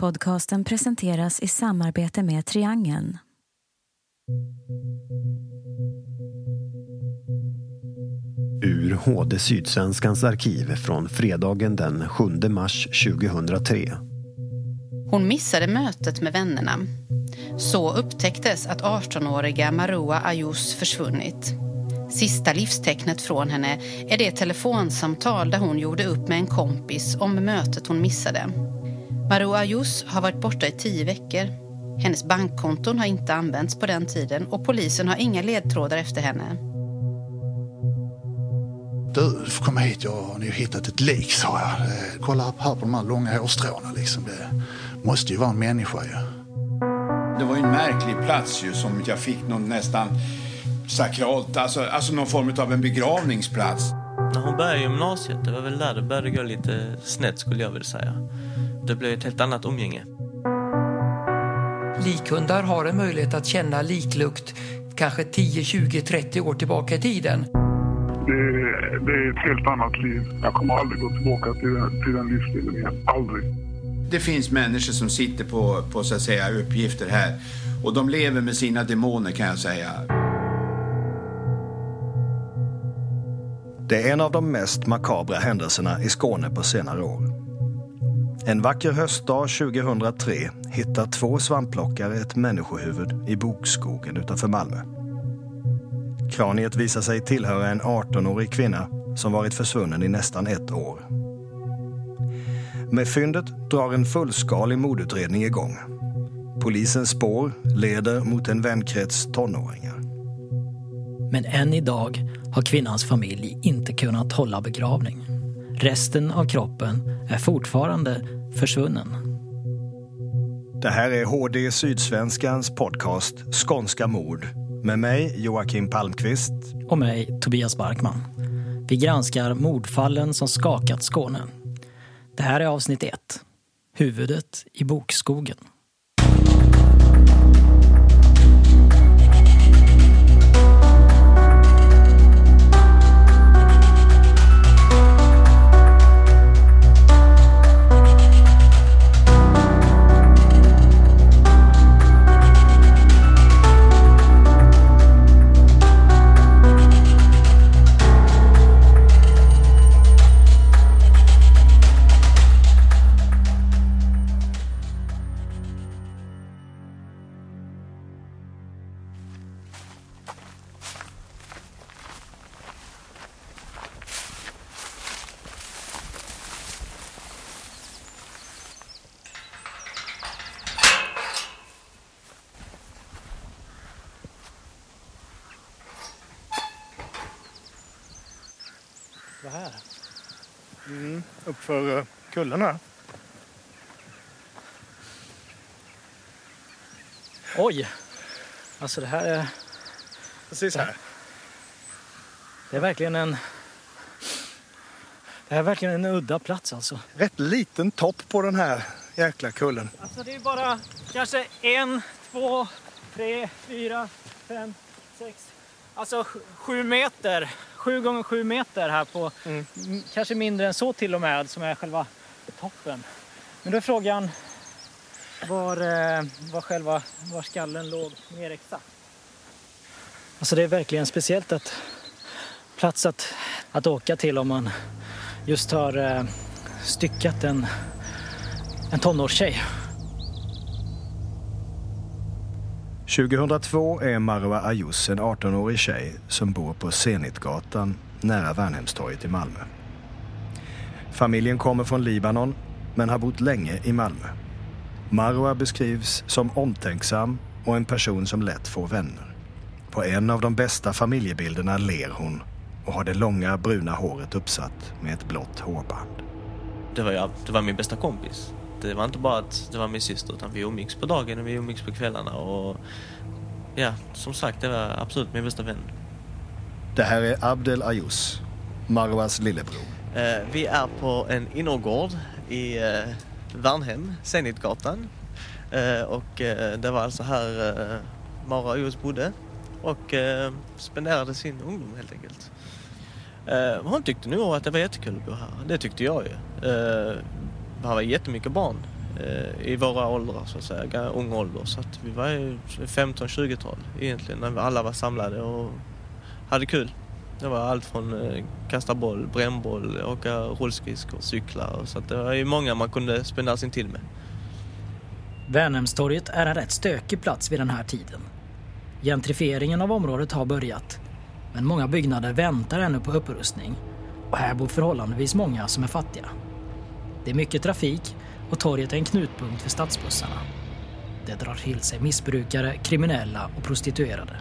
Podcasten presenteras i samarbete med Triangeln. Ur HD Sydsvenskans arkiv från fredagen den 7 mars 2003. Hon missade mötet med vännerna. Så upptäcktes att 18-åriga Marwa Ayous försvunnit. Sista livstecknet från henne är det telefonsamtal där hon gjorde upp med en kompis om mötet hon missade. Marwa Ayous har varit borta i 10 veckor. Hennes bankkonton har inte använts på den tiden och polisen har inga ledtrådar efter henne. Du, kom hit, jag har ju hittat ett lik, sa jag. Kolla här på de här långa hårstråna liksom. Det måste ju vara en människa ju. Det var ju en märklig plats ju som jag fick någon nästan sakralt, alltså någon form av en begravningsplats. När hon började gymnasiet, det var väl där det började gå lite snett skulle jag vilja säga. Det blev ett helt annat umgänge. Likhundar har en möjlighet att känna liklukt kanske 10, 20, 30 år tillbaka i tiden. Det är ett helt annat liv. Jag kommer aldrig gå tillbaka till den livsstilen igen. Aldrig. Det finns människor som sitter på så att säga uppgifter här. Och de lever med sina demoner, kan jag säga. Det är en av de mest makabra händelserna i Skåne på senare år. En vacker höstdag 2003 hittar 2 svampplockare ett människohuvud i bokskogen utanför Malmö. Kraniet visar sig tillhöra en 18-årig kvinna som varit försvunnen i nästan 1 år. Med fyndet drar en fullskalig mordutredning igång. Polisens spår leder mot en vänkrets tonåringar. Men än idag har kvinnans familj inte kunnat hålla begravning. Resten av kroppen är fortfarande försvunnen. Det här är HD Sydsvenskans podcast Skånska mord med mig Joakim Palmqvist och mig Tobias Barkman. Vi granskar mordfallen som skakat Skåne. Det här är avsnitt 1. Huvudet i bokskogen. Vad här? Uppför kullen här. Oj! Alltså det här är... Precis här. Det är verkligen en... Det här är verkligen en udda plats alltså. Rätt liten topp på den här jäkla kullen. Alltså det är bara kanske 1, 2, 3, 4, 5, 6... Alltså 7 meter. 7 gånger 7 meter här på... Kanske mindre än så till och med, som är själva toppen. Men då är frågan var skallen låg mer exakt. Alltså det är verkligen speciellt plats att åka till om man just har styckat en tonårstjej. 2002 är Marwa Ayous en 18-årig tjej som bor på Zenitgatan nära Värnhemstorget i Malmö. Familjen kommer från Libanon men har bott länge i Malmö. Marwa beskrivs som omtänksam och en person som lätt får vänner. På en av de bästa familjebilderna ler hon och har det långa bruna håret uppsatt med ett blått hårband. Det var min bästa kompis. Det var inte bara att det var min syster, utan vi umgicks på dagen och vi umgicks på kvällarna. Och ja, som sagt, det var absolut min bästa vän. Det här är Abdel Ayous, Marwas lillebror. Vi är på en innergård i Värnhem, Zenitgatan. Och det var alltså här Marwa Ayous bodde och spenderade sin ungdom helt enkelt. Hon tyckte nog att det var jättekul att bo här. Det tyckte jag ju. Det var jättemycket barn. i våra åldrar så att säga, unga ålder. Så att vi var ju 15-20-tal egentligen när vi alla var samlade och hade kul. Det var allt från kasta boll, brännboll, åka rullskridskor, cyklar. Så att det var ju många man kunde spendera sin tid med. Värnhemstorget är en rätt stökig plats vid den här tiden. Gentrifieringen av området har börjat, men många byggnader väntar ännu på upprustning och här bor förhållandevis många som är fattiga. Det är mycket trafik och torget är en knutpunkt för stadsbussarna. Det drar till sig missbrukare, kriminella och prostituerade.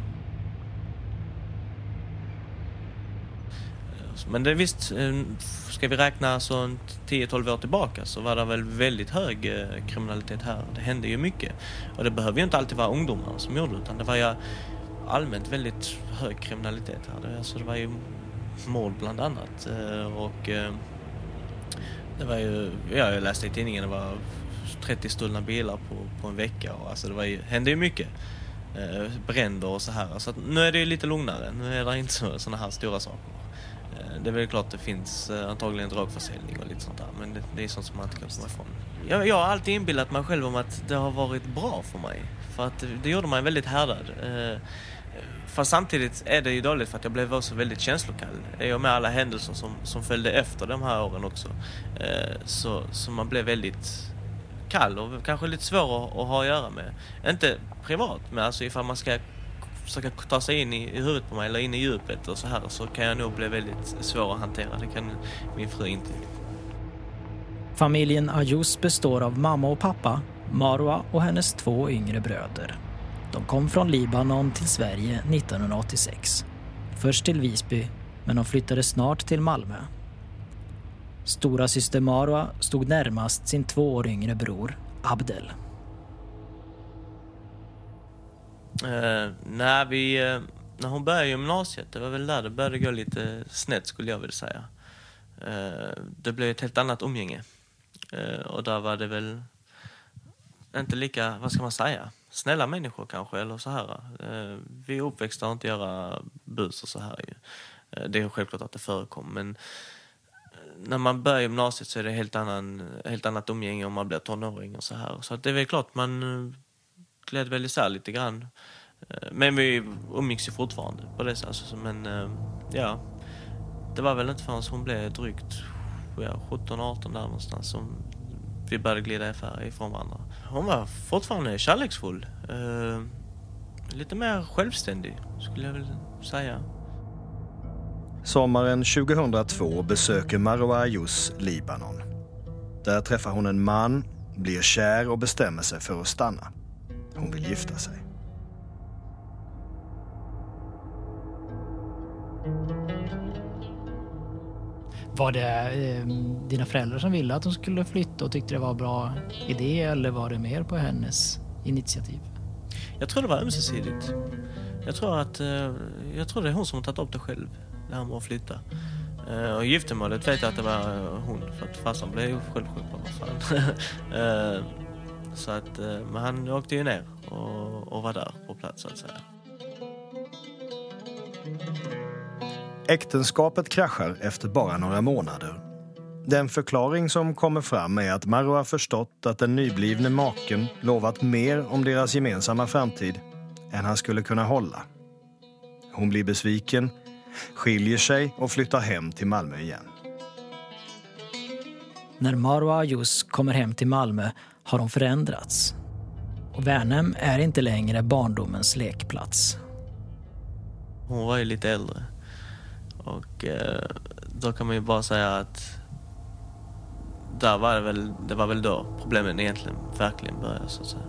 Men det visst, ska vi räkna så 10-12 år tillbaka så var det väl väldigt hög kriminalitet här. Det hände ju mycket. Och det behöver ju inte alltid vara ungdomar som gjorde, utan det var ju allmänt väldigt hög kriminalitet här. Alltså det var ju mord bland annat. Och det var ju, jag läste i tidningen, det var 30 stulna bilar på en vecka. Och alltså det hände ju mycket. Bränder och så här. Så att nu är det ju lite lugnare. Nu är det inte såna här stora saker. Det är väl klart det finns antagligen drogförsäljning och lite sånt där. Men det är sånt som man inte kan komma ifrån. Jag har alltid inbillat mig själv om att det har varit bra för mig. För att det gjorde mig väldigt härdad. Fast samtidigt är det ju dåligt för att jag blev också väldigt känslokall. I och med alla händelser som följde efter de här åren också. Så man blev väldigt kall och kanske lite svår att ha att göra med. Inte privat, men alltså ifall man ska försöka ta sig in i huvudet på mig eller in i djupet och så här, så kan jag nog bli väldigt svår att hantera. Det kan min fru inte. Familjen Ayus består av mamma och pappa, Marwa och hennes 2 yngre bröder. De kom från Libanon till Sverige 1986. Först till Visby, men de flyttade snart till Malmö. Stora syster Marwa stod närmast sin 2 år yngre bror, Abdel. När hon började gymnasiet, det var väl där det började gå lite snett, skulle jag vilja säga. Det blev ett helt annat umgänge. Och där var det väl inte lika, vad ska man säga, snälla människor kanske, eller så här. Vi är uppväxta att inte göra bus och så här. Det är självklart att det förekommer, men när man börjar gymnasiet så är det helt annat umgänge om man blir tonåring och så här. Så att det är väl klart man gled väl isär lite grann. Men vi umgicks ju fortfarande på det sättet. Men ja, det var väl inte förrän hon blev drygt 17-18 där någonstans som vi började glida ifrån varandra. Hon var fortfarande kärleksfull. Lite mer självständig, skulle jag väl säga. Sommaren 2002 besöker Marwa Ayus Libanon. Där träffar hon en man, blir kär och bestämmer sig för att stanna. Hon vill gifta sig. Var det dina föräldrar som ville att de skulle flytta och tyckte det var en bra idé, eller var det mer på hennes initiativ? Jag tror det var ömsesidigt. Jag tror det är hon som har tagit upp det själv, det här med att flytta. Och giftermålet vet jag att det var hon, för att farsan blev ju självsjuk på vad fan. Så att, men han åkte ju ner och var där på plats, så att säga. Äktenskapet kraschar efter bara några månader. Den förklaring som kommer fram är att Marwa förstått att den nyblivne maken lovat mer om deras gemensamma framtid än han skulle kunna hålla. Hon blir besviken, skiljer sig och flyttar hem till Malmö igen. När Marwa Ayus kommer hem till Malmö har hon förändrats. Och Värnhem är inte längre barndomens lekplats. Hon var ju lite äldre. Och då kan man ju bara säga att det var väl då problemen egentligen verkligen började, så att säga.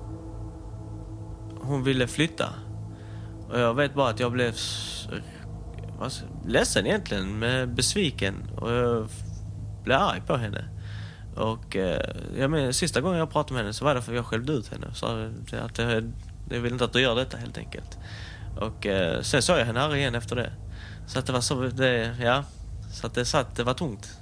Hon ville flytta. Och jag vet bara att jag blev ledsen egentligen, med besviken. Och jag blev arg på henne. Och sista gången jag pratade med henne så var det för att jag skällde ut henne. Så att jag vill inte att du gör detta, helt enkelt. Och sen såg jag henne här igen efter det. Så att det var så, så att det var tungt.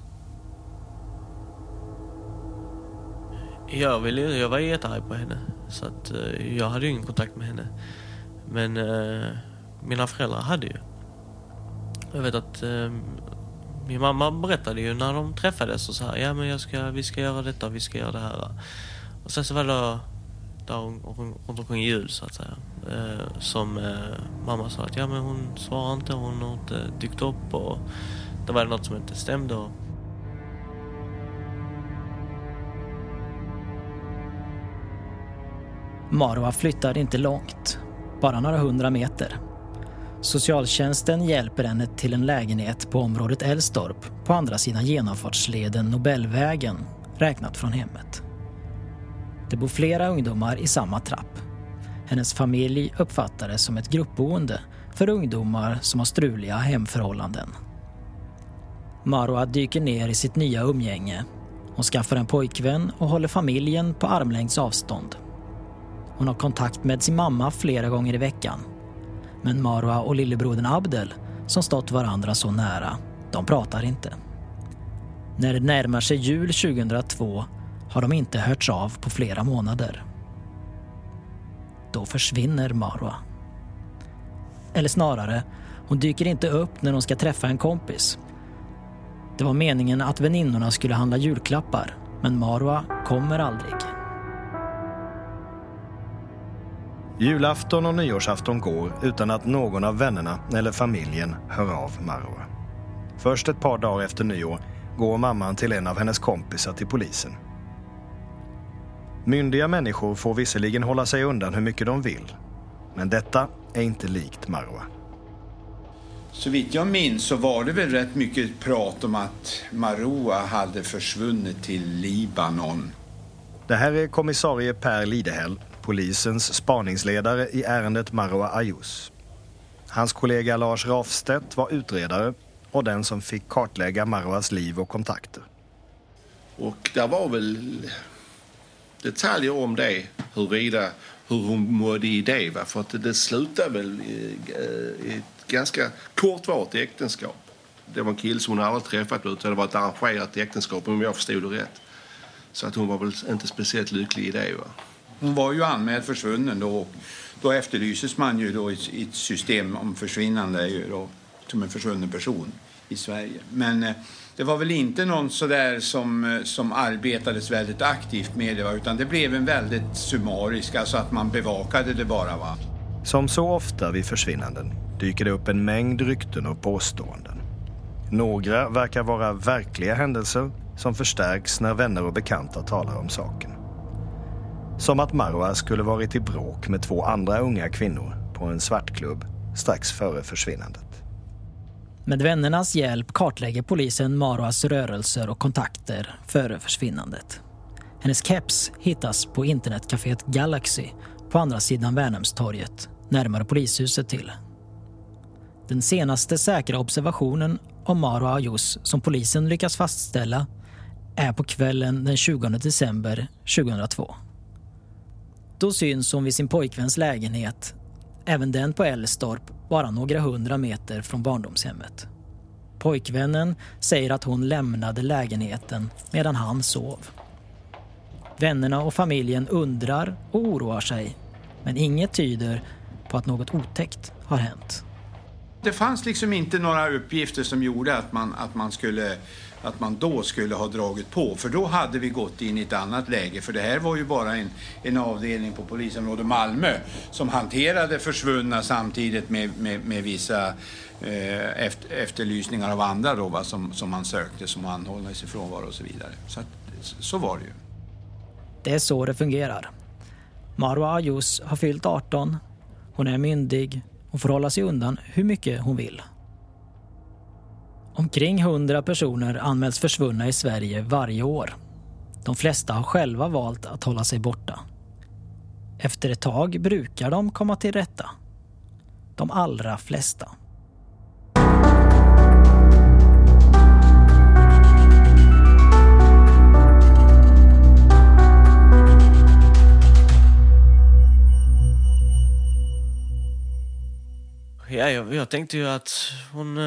Jag var jättearg på henne. Så att jag hade ju ingen kontakt med henne. Men mina föräldrar hade ju. Jag vet att min mamma berättade ju när de träffades och så här, ja men vi ska göra detta, vi ska göra det här. Och sen så var det där runt omkring jul så att säga, som mamma sa att ja men hon svarar inte, hon har inte dykt upp och det var något som inte stämde. Marwa flyttade inte långt, bara några 100 meter. Socialtjänsten hjälper henne till en lägenhet på området Älvstorp på andra sidan genomfartsleden Nobelvägen, räknat från hemmet. Det bor flera ungdomar i samma trapp. Hennes familj uppfattar det som ett gruppboende för ungdomar som har struliga hemförhållanden. Marwa dyker ner i sitt nya umgänge. Hon skaffar en pojkvän och håller familjen på armlängds avstånd. Hon har kontakt med sin mamma flera gånger i veckan. Men Marwa och lillebrodern Abdel, som stått varandra så nära, de pratar inte. När det närmar sig jul 2002 har de inte hörts av på flera månader. Då försvinner Marwa. Eller snarare, hon dyker inte upp när hon ska träffa en kompis. Det var meningen att väninnorna skulle handla julklappar, men Marwa kommer aldrig. Julafton och nyårsafton går utan att någon av vännerna eller familjen hör av Marwa. Först ett par dagar efter nyår går mamman till en av hennes kompisar till polisen. Myndiga människor får visserligen hålla sig undan hur mycket de vill. Men detta är inte likt Marwa. Så vitt jag minns så var det väl rätt mycket prat om att Marwa hade försvunnit till Libanon. Det här är kommissarie Per Lidehäll, polisens spaningsledare i ärendet Marwa Ayous. Hans kollega Lars Rafstedt var utredare och den som fick kartlägga Marwas liv och kontakter. Och där var väl detaljer om det, hur hon mådde i det. Va? För att det slutade väl i ett ganska kortvarigt äktenskap. Det var en kille som hon aldrig träffat, utan det var ett arrangerat äktenskap, om jag förstod det rätt. Så att hon var väl inte speciellt lycklig i det. Va? Hon var ju anmäld försvunnen då, och då efterlyses man ju då i ett system om försvinnande ju då, som en försvunnen person i Sverige. Men det var väl inte någon sådär som arbetades väldigt aktivt med det, va? Utan det blev en väldigt summarisk, alltså att man bevakade det bara. Va? Som så ofta vid försvinnanden dyker det upp en mängd rykten och påståenden. Några verkar vara verkliga händelser som förstärks när vänner och bekanta talar om saken. Som att Marwa skulle varit i bråk med 2 andra unga kvinnor på en svartklubb strax före försvinnandet. Med vännernas hjälp kartlägger polisen Marwas rörelser och kontakter före försvinnandet. Hennes keps hittas på internetcaféet Galaxy på andra sidan Värnhemstorget, närmare polishuset till. Den senaste säkra observationen om Marwa Ayous som polisen lyckas fastställa är på kvällen den 20 december 2002. Då syns hon vid sin pojkväns lägenhet, även den på Älvstorp, bara några 100 meter från barndomshemmet. Pojkvännen säger att hon lämnade lägenheten medan han sov. Vännerna och familjen undrar och oroar sig, men inget tyder på att något otäckt har hänt. Det fanns liksom inte några uppgifter som gjorde att man då skulle ha dragit på. För då hade vi gått in i ett annat läge. För det här var ju bara en avdelning på polisområde Malmö som hanterade försvunna samtidigt med vissa efterlysningar av andra då, va, som man sökte, som anhållna i sin frånvaro och så vidare. Så var det ju. Det är så det fungerar. Marwa Ayous har fyllt 18. Hon är myndig och får hålla sig undan hur mycket hon vill. Omkring 100 personer anmäls försvunna i Sverige varje år. De flesta har själva valt att hålla sig borta. Efter ett tag brukar de komma till rätta. De allra flesta. Ja, jag tänkte ju att hon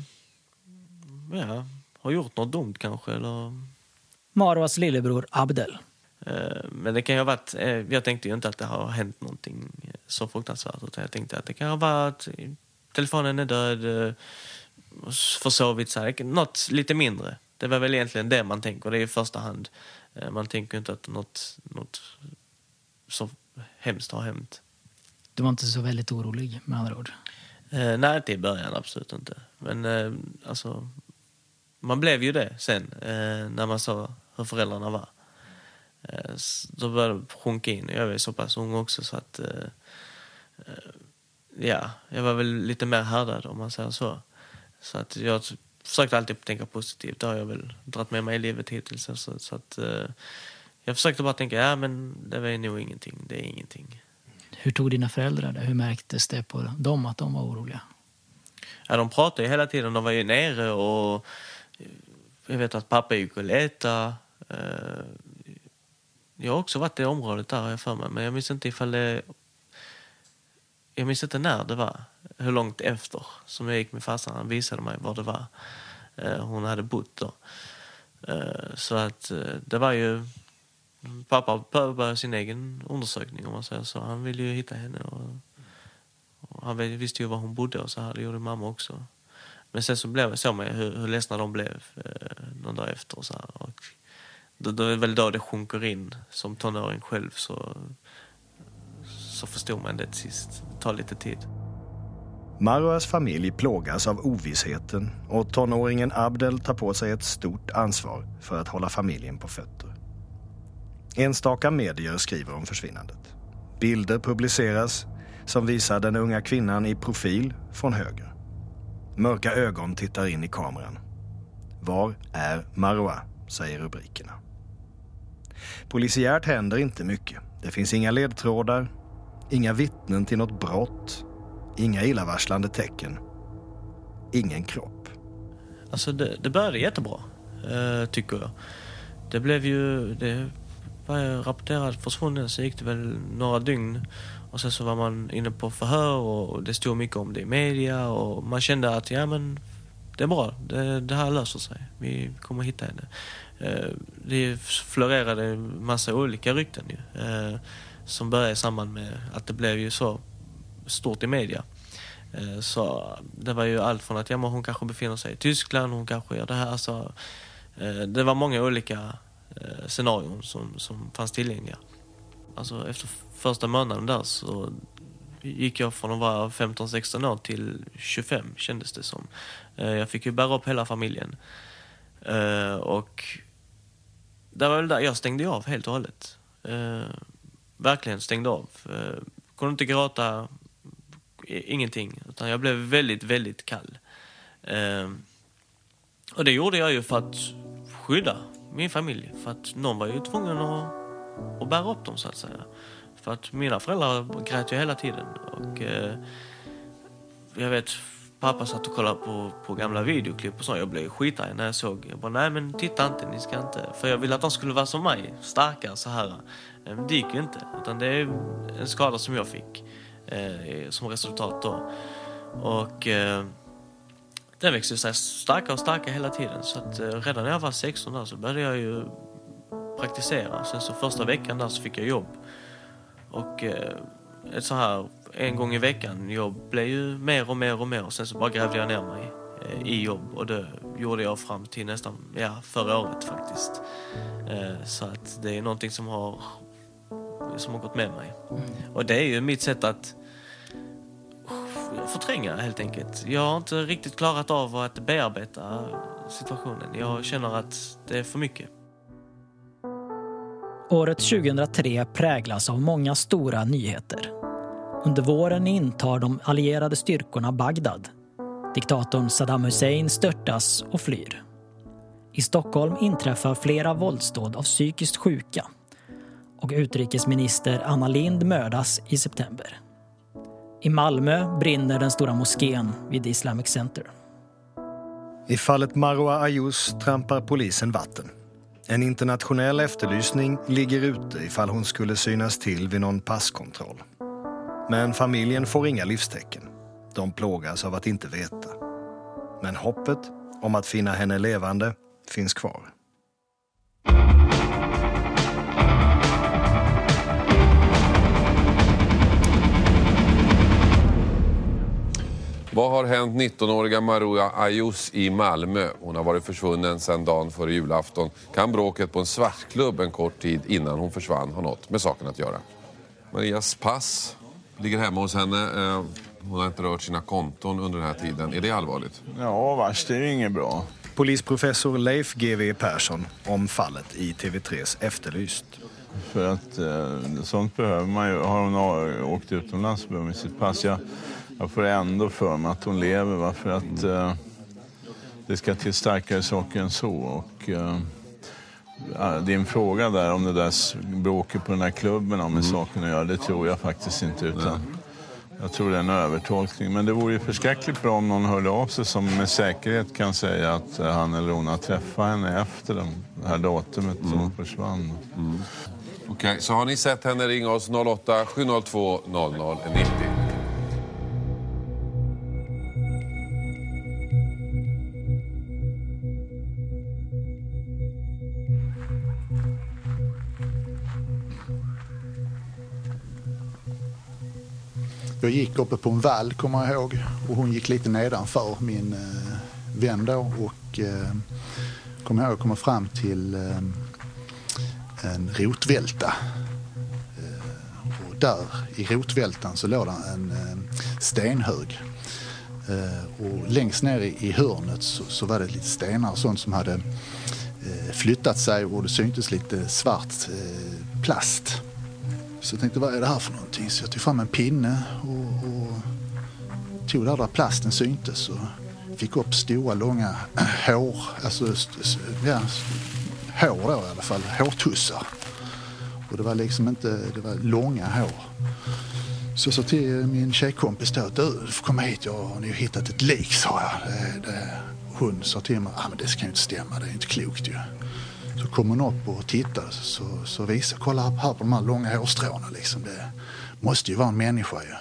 har gjort något dumt kanske. Eller... Marwas lillebror Abdel. Men det kan ju ha varit... jag tänkte ju inte att det har hänt någonting så fruktansvärt. Utan jag tänkte att det kan ha varit... Telefonen är död. försovit sig. Något lite mindre. Det var väl egentligen det man tänker. Det är i första hand. Man tänker inte att något så hemskt har hänt. Du var inte så väldigt orolig med andra ord? Nej, inte i början, absolut inte. Men alltså, man blev ju det sen när man såg hur föräldrarna var. Då började det sjunka in. Jag var så pass ung också så att jag var väl lite mer härdad om man säger så. Så att jag försökte alltid tänka positivt. Det har jag väl dratt med mig i livet hittills. Så att jag försökte bara tänka, men det var nog ingenting. Det är ingenting. Hur tog dina föräldrar det? Hur märktes det på dem att de var oroliga? Ja, de pratade ju hela tiden. De var ju nere och jag vet att pappa gick och letade. Jag har också varit i området där har jag för mig. Men jag minns inte ifall det... Jag minns inte när det var. Hur långt efter som jag gick med farsan. Han visade mig var det var. Hon hade bott då. Så att det var ju... Pappa började sin egen undersökning om man säger så. Han ville ju hitta henne och han visste ju var hon bodde och så här. Det gjorde mamma också. Men sen så såg man hur ledsna de blev någon dag efter och så här. Och då är väl då det sjunker in som tonåring själv så förstår man det till sist. Det tar lite tid. Marouas familj plågas av ovissheten och tonåringen Abdel tar på sig ett stort ansvar för att hålla familjen på fötter. Enstaka medier skriver om försvinnandet. Bilder publiceras som visar den unga kvinnan i profil från höger. Mörka ögon tittar in i kameran. Var är Maroua, säger rubrikerna. Polisiärt händer inte mycket. Det finns inga ledtrådar, inga vittnen till något brott, inga illavarslande tecken, ingen kropp. Alltså det började jättebra, tycker jag. Det var rapporterat försvunnen, så gick det väl några dygn och sen så var man inne på förhör och det stod mycket om det i media och man kände att men det är bra, det här löser sig, vi kommer hitta henne. Det florerade en massa olika rykten ju, som började i samband med att det blev ju så stort i media. Så det var ju allt från att hon kanske befinner sig i Tyskland, hon kanske gör det här. Alltså, det var många olika scenarion som fanns tillgängliga. Alltså efter första månaden där så gick jag från att vara 15-16 år till 25 kändes det som. Jag fick ju bära upp hela familjen. Och det var väl där jag stängde av helt och hållet. Verkligen stängde av. Kunde inte gråta, ingenting. Utan jag blev väldigt, väldigt kall. Och det gjorde jag ju för att skydda min familj. För att någon var ju tvungen att bära upp dem så att säga. För att mina föräldrar grät ju hela tiden. Och jag vet, pappa satt och kollade på gamla videoklipp och så. Jag blev skitarg när jag såg. Jag bara, nej men titta inte, ni ska inte. För jag ville att de skulle vara som mig, starka så här. Men det gick ju inte. Utan det är en skada som jag fick som resultat då. Och den växte sig starkare och starkare hela tiden. Så att redan när jag var 16 där så började jag ju praktisera. Sen så första veckan där så fick jag jobb. Och ett så här en gång i veckan jobb blev ju mer och mer och mer. Och sen så bara grävde jag ner mig i jobb. Och det gjorde jag fram till nästan förra året faktiskt. Så att det är någonting som har gått med mig. Och det är ju mitt sätt att förtränga helt enkelt. Jag har inte riktigt klarat av att bearbeta situationen. Jag känner att det är för mycket. Året 2003 präglas av många stora nyheter. Under våren intar de allierade styrkorna Bagdad. Diktatorn Saddam Hussein störtas och flyr. I Stockholm inträffar flera våldsdåd av psykiskt sjuka. Och utrikesminister Anna Lindh mördas i september. I Malmö brinner den stora moskén vid Islamic Center. I fallet Maroua Ayouz trampar polisen vatten. En internationell efterlysning ligger ute ifall hon skulle synas till vid någon passkontroll. Men familjen får inga livstecken. De plågas av att inte veta. Men hoppet om att finna henne levande finns kvar. Vad har hänt 19-åriga Maroa Ayus i Malmö? Hon har varit försvunnen sedan dagen före julafton. Kan bråket på en svartklubb en kort tid innan hon försvann ha något med saken att göra? Marias pass ligger hemma hos henne. Hon har inte rört sina konton under den här tiden. Är det allvarligt? Ja, vars, det är inget bra. Polisprofessor Leif G.W. Persson om fallet i TV3s Efterlyst. För att sånt behöver man ju. Har hon åkt utomlands med sitt pass? Jag får ändå för mig att hon lever. Va? För att det ska till starkare saker än så. Och din fråga där om det där bråket på den här klubben om med saken att göra, det tror jag faktiskt inte. Utan jag tror det är en övertolkning. Men det vore ju förskräckligt bra om någon hörde av sig som med säkerhet kan säga att han eller hon har träffat henne efter det här datumet som försvann. Okej, så har ni sett henne, ringa oss 08 702 00 90. Jag gick uppe på en vall, kommer jag ihåg, och hon gick lite nedanför, min vän då, och kommer fram till en rotvälta. Och där i rotvältan så låg det en stenhög. Och längst ner i hörnet så var det lite stenar och sånt som hade flyttat sig, och det syntes lite svart plast. Så jag tänkte, vad är det här för någonting? Så jag tog fram en pinne och tog där plasten syntes och fick upp stora, långa hår. Alltså, hår då i alla fall. Hårtussar. Och det var liksom inte, det var långa hår. Så jag sa till min tjejkompis då, du får komma hit, jag har ju hittat ett lik, sa jag. Hon sa till mig, men det ska ju inte stämma, det är inte klokt ju. Så kom hon upp och tittade så visade, kolla här på de här långa hårstråna liksom. Det måste ju vara en människa ju.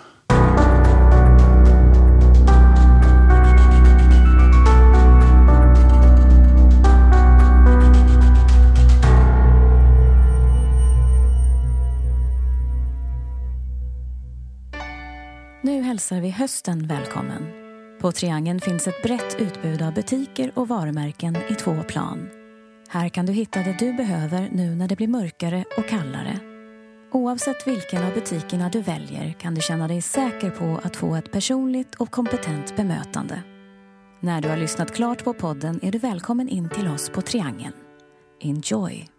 Nu hälsar vi hösten välkommen. På Triangeln finns ett brett utbud av butiker och varumärken i 2 plan. Här kan du hitta det du behöver nu när det blir mörkare och kallare. Oavsett vilken av butikerna du väljer kan du känna dig säker på att få ett personligt och kompetent bemötande. När du har lyssnat klart på podden är du välkommen in till oss på Triangeln. Enjoy!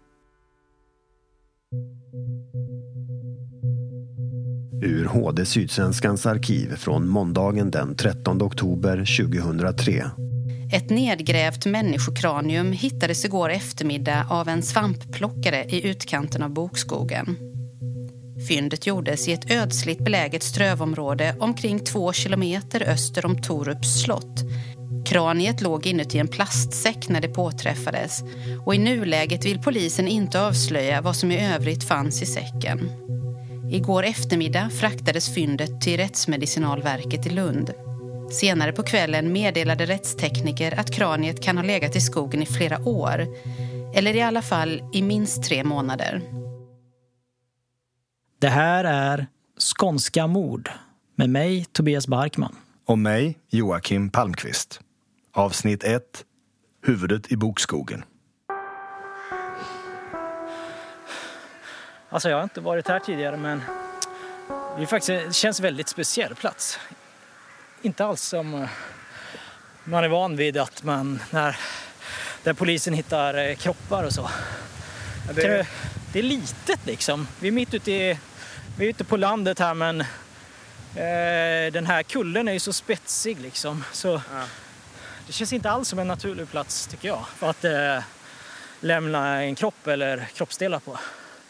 Ur HD Sydsvenskans arkiv från måndagen den 13 oktober 2003. Ett nedgrävt människokranium hittades igår eftermiddag av en svampplockare i utkanten av bokskogen. Fyndet gjordes i ett ödsligt beläget strövområde omkring 2 kilometer öster om Torups slott. Kraniet låg inuti en plastsäck när det påträffades, och i nuläget vill polisen inte avslöja vad som i övrigt fanns i säcken. Igår eftermiddag fraktades fyndet till Rättsmedicinalverket i Lund. Senare på kvällen meddelade rättstekniker att kraniet kan ha legat i skogen i flera år, eller i alla fall i minst 3 månader. Det här är Skånska mord med mig, Tobias Barkman. Och mig, Joakim Palmqvist. Avsnitt 1. Huvudet i bokskogen. Alltså jag har inte varit här tidigare, men det känns väldigt speciell plats. Inte alls som man är van vid att där polisen hittar kroppar och så. Ja, det är litet liksom. Vi är ute på landet här, men den här kullen är ju så spetsig liksom. Så det känns inte alls som en naturlig plats, tycker jag, för att lämna en kropp eller kroppsdelar på.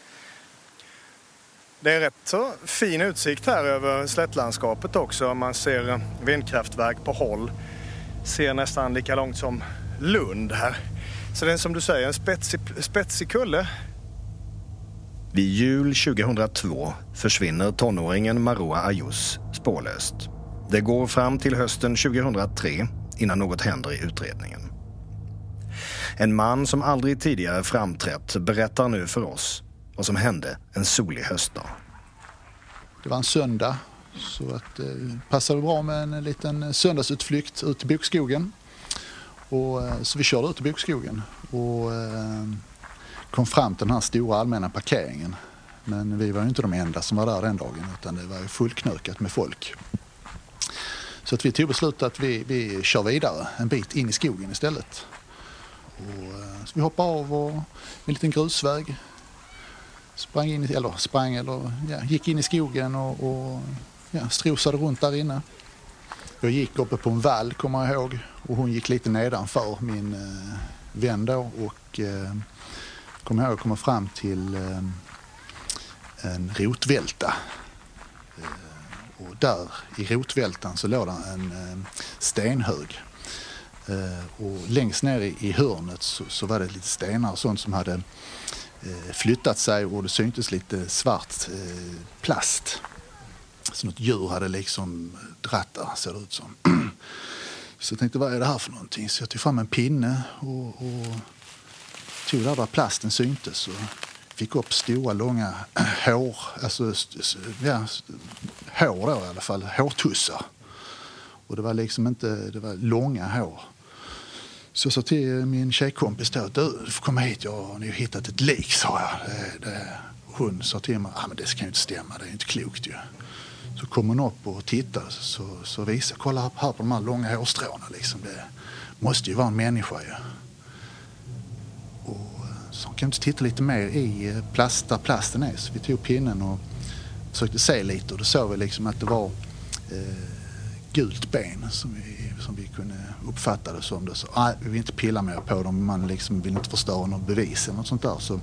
Det är rätt så fin utsikt här över slättlandskapet också. Man ser vindkraftverk på håll. Ser nästan lika långt som Lund här. Så det är som du säger en spetsig kulle. Vid jul 2002 försvinner tonåringen Maroa Ayus spårlöst. Det går fram till hösten 2003 innan något händer i utredningen. En man som aldrig tidigare framträtt berättar nu för oss vad som hände en solig höstdag. Det var en söndag Så att passade bra med en liten söndagsutflykt ut till bokskogen. Och, så vi körde ut till bokskogen och kom fram till den här stora allmänna parkeringen. Men vi var ju inte de enda som var där den dagen, utan det var ju fullknökat med folk. Så att vi tog beslutet att vi kör vidare en bit in i skogen istället. Och, så vi hoppade av och en liten grusväg. Gick in i skogen och strosade runt där inne. Jag gick uppe på en vall, kommer jag ihåg, och hon gick lite nedanför, min vän då, och kommer fram till en rotvälta. Och där i rotvältan så låg det en stenhög. Och längst ner i hörnet så var det lite stenar och sånt som hade flyttat sig, och det syntes lite svart plast. Så något djur hade liksom dratt där, ser det ut som. Så jag tänkte, vad är det här för någonting? Så jag tog fram en pinne och tog där plasten syntes och fick upp stora långa hår, alltså hår då i alla fall, hårtussar. Och det var liksom inte, det var långa hår. Så jag sa till min tjejkompis då, du får komma hit, jag har nu hittat ett lik, sa jag. Hon sa till mig, men det ska ju inte stämma, det är inte klokt ju. Så kom hon upp och tittade, så visade, kolla här på de här långa hårstråna liksom, det måste ju vara en människa ju. Och så kan inte titta lite mer i där plasten är, så vi tog pinnen och försökte se lite, och då såg vi liksom att det var gult ben som vi kunde uppfatta det som det. Så vi vill inte pilla mer på dem, man liksom vill inte förstöra någon bevis eller något sånt där. Så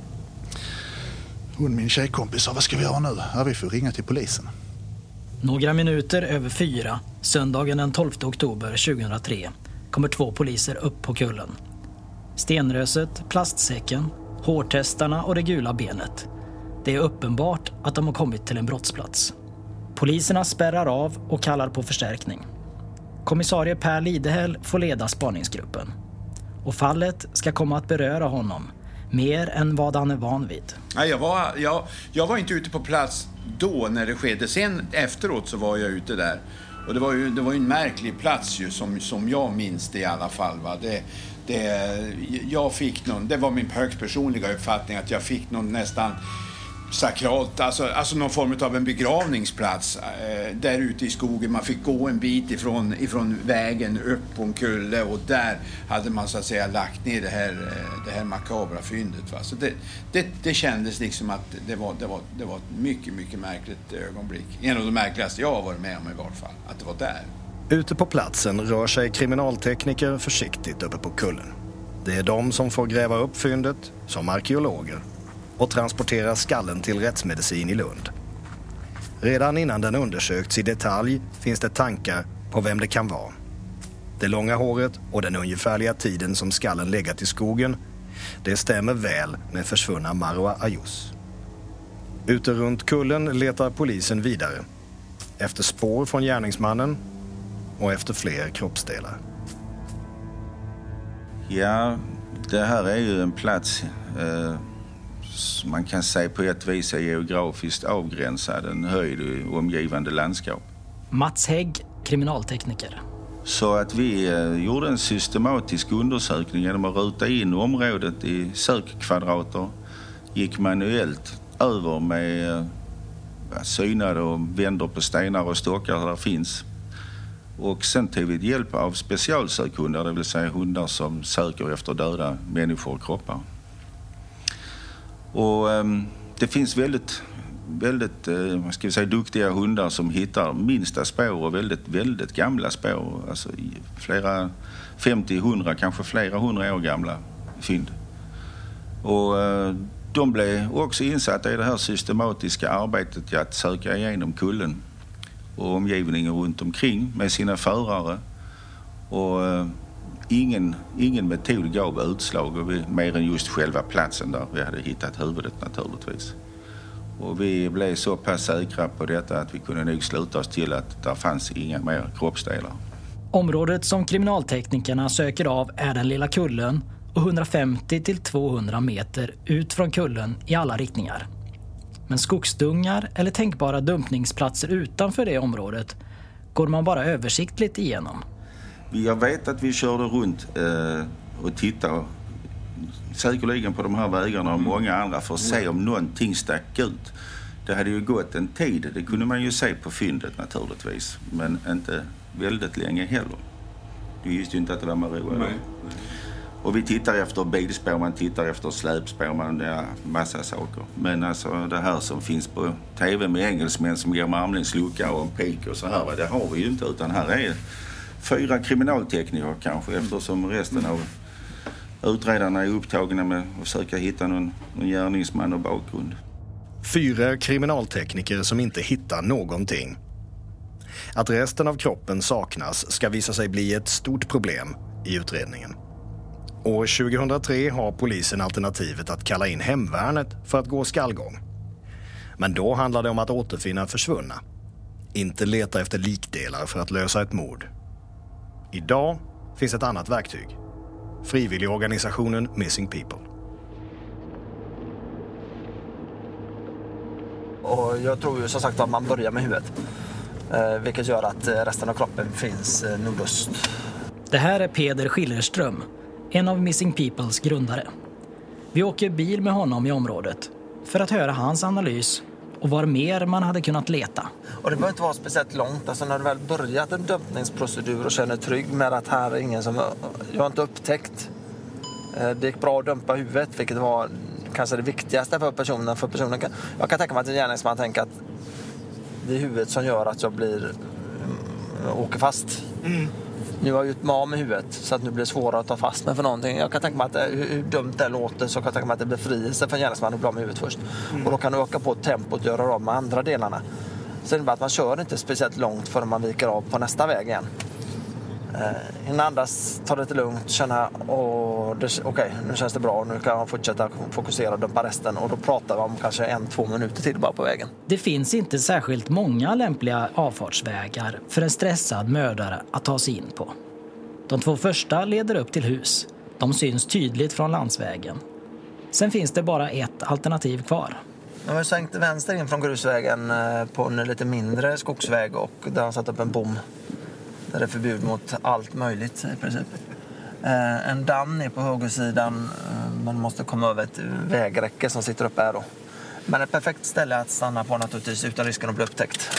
min tjejkompis sa, vad ska vi göra nu? Ja, vi får ringa till polisen. Några minuter över 4, söndagen den 12 oktober 2003, kommer 2 poliser upp på kullen. Stenröset, plastsäcken, hårtestarna och det gula benet. Det är uppenbart att de har kommit till en brottsplats. Poliserna spärrar av och kallar på förstärkning. Kommissarie Per Lidehäll får leda spaningsgruppen. Och fallet ska komma att beröra honom mer än vad han är van vid. Jag var inte ute på plats då när det skedde. Sen efteråt så var jag ute där. Och det var ju en märklig plats ju, som jag minns det i alla fall. Va? Jag fick det var min högst personliga uppfattning att jag fick någon nästan sakralt, alltså någon form av en begravningsplats där ute i skogen. Man fick gå en bit ifrån vägen upp på en kulle, och där hade man så att säga lagt ner det här makabra fyndet. Va? Så det kändes liksom att det var ett mycket, mycket märkligt ögonblick. En av de märkligaste jag har varit med om i vart fall, att det var där. Ute på platsen rör sig kriminaltekniker försiktigt uppe på kullen. Det är de som får gräva upp fyndet som arkeologer och transportera skallen till rättsmedicin i Lund. Redan innan den undersökts i detalj finns det tankar på vem det kan vara. Det långa håret och den ungefärliga tiden som skallen legat i skogen, det stämmer väl med försvunna Marwa Ayous. Ute runt kullen letar polisen vidare efter spår från gärningsmannen och efter fler kroppsdelar. Ja, det här är ju en plats man kan säga på ett vis är geografiskt avgränsad, en höjd och omgivande landskap. Mats Hägg, kriminaltekniker. Så att vi gjorde en systematisk undersökning genom att ruta in området i sökkvadrater, gick manuellt över med synade och vänder på stenar och stockar där finns. Och sen tog vi hjälp av specialsökhundar, det vill säga hundar som söker efter döda människor och kroppar. Och det finns väldigt duktiga hundar som hittar minsta spår och väldigt gamla spår. Alltså flera 50-100, kanske flera 100 år gamla fynd. Och de blev också insatta i det här systematiska arbetet att söka igenom kullen och omgivningen runt omkring med sina förare. Och ingen metod gav utslag, mer än just själva platsen där vi hade hittat huvudet naturligtvis. Och vi blev så pass säkra på detta att vi kunde nog sluta oss till att där fanns inga mer kroppsdelar. Området som kriminalteknikerna söker av är den lilla kullen och 150 till 200 meter ut från kullen i alla riktningar. Men skogsdungar eller tänkbara dumpningsplatser utanför det området går man bara översiktligt igenom. Jag vet att vi körde runt och tittade säkerligen på de här vägarna och många andra för att se om någonting stack ut. Det hade ju gått en tid, det kunde man ju se på fyndet naturligtvis, men inte väldigt länge heller. Du visste ju inte att det var Maroa. Och vi tittar efter bilspår, man tittar efter släpspår, man massa saker. Men alltså det här som finns på tv med engelsmän som går med armlängdslucka och en pik och så här, det har vi ju inte, utan här är 4 kriminaltekniker kanske, eftersom resten av utredarna är upptagna med att försöka hitta någon gärningsman och bakgrund. 4 kriminaltekniker som inte hittar någonting. Att resten av kroppen saknas ska visa sig bli ett stort problem i utredningen. År 2003 har polisen alternativet att kalla in hemvärnet för att gå skallgång. Men då handlar det om att återfinna försvunna. Inte leta efter likdelar för att lösa ett mord. Idag finns ett annat verktyg. Frivilligorganisationen Missing People. Och jag tror ju som sagt att man börjar med huvudet. Vilket gör att resten av kroppen finns nordöst. Det här är Peder Schillerström, en av Missing Peoples grundare. Vi åker bil med honom i området för att höra hans analys och var mer man hade kunnat leta. Och det behöver inte vara speciellt långt. Alltså när du väl börjat en dumpningsprocedur och känner trygg med att här är ingen som jag har inte upptäckt. Det gick bra att dumpa huvudet, vilket var kanske det viktigaste för personen. Jag kan tänka mig att en gärningsman tänker att det är huvudet som gör att jag åker fast. Nu har jag gjort mig av med huvudet så att nu blir det svårare att ta fast mig för någonting. Jag kan tänka mig att hur dumt det låter, så kan jag tänka mig att det blir befrielse för en gärningsman att bli av med huvudet först. Och då kan du öka på tempot och göra av med andra delarna. Så det innebär att man kör inte speciellt långt förrän man viker av på nästa väg igen. Innan andas, ta det lite lugnt, känna okej, nu känns det bra, nu kan jag fortsätta fokusera och dumpa resten, och då pratar vi om kanske 1-2 minuter till bara på vägen. Det finns inte särskilt många lämpliga avfartsvägar för en stressad mördare att ta sig in på. De 2 första leder upp till hus. De syns tydligt från landsvägen. Sen finns det bara ett alternativ kvar. Jag har svängt vänster in från grusvägen på en lite mindre skogsväg, och där har satt upp en bom. Där det är förbud mot allt möjligt i princip. En damm är på högersidan. Man måste komma över ett vägräcke som sitter uppe här då. Men ett perfekt ställe att stanna på naturligtvis utan risken att bli upptäckt.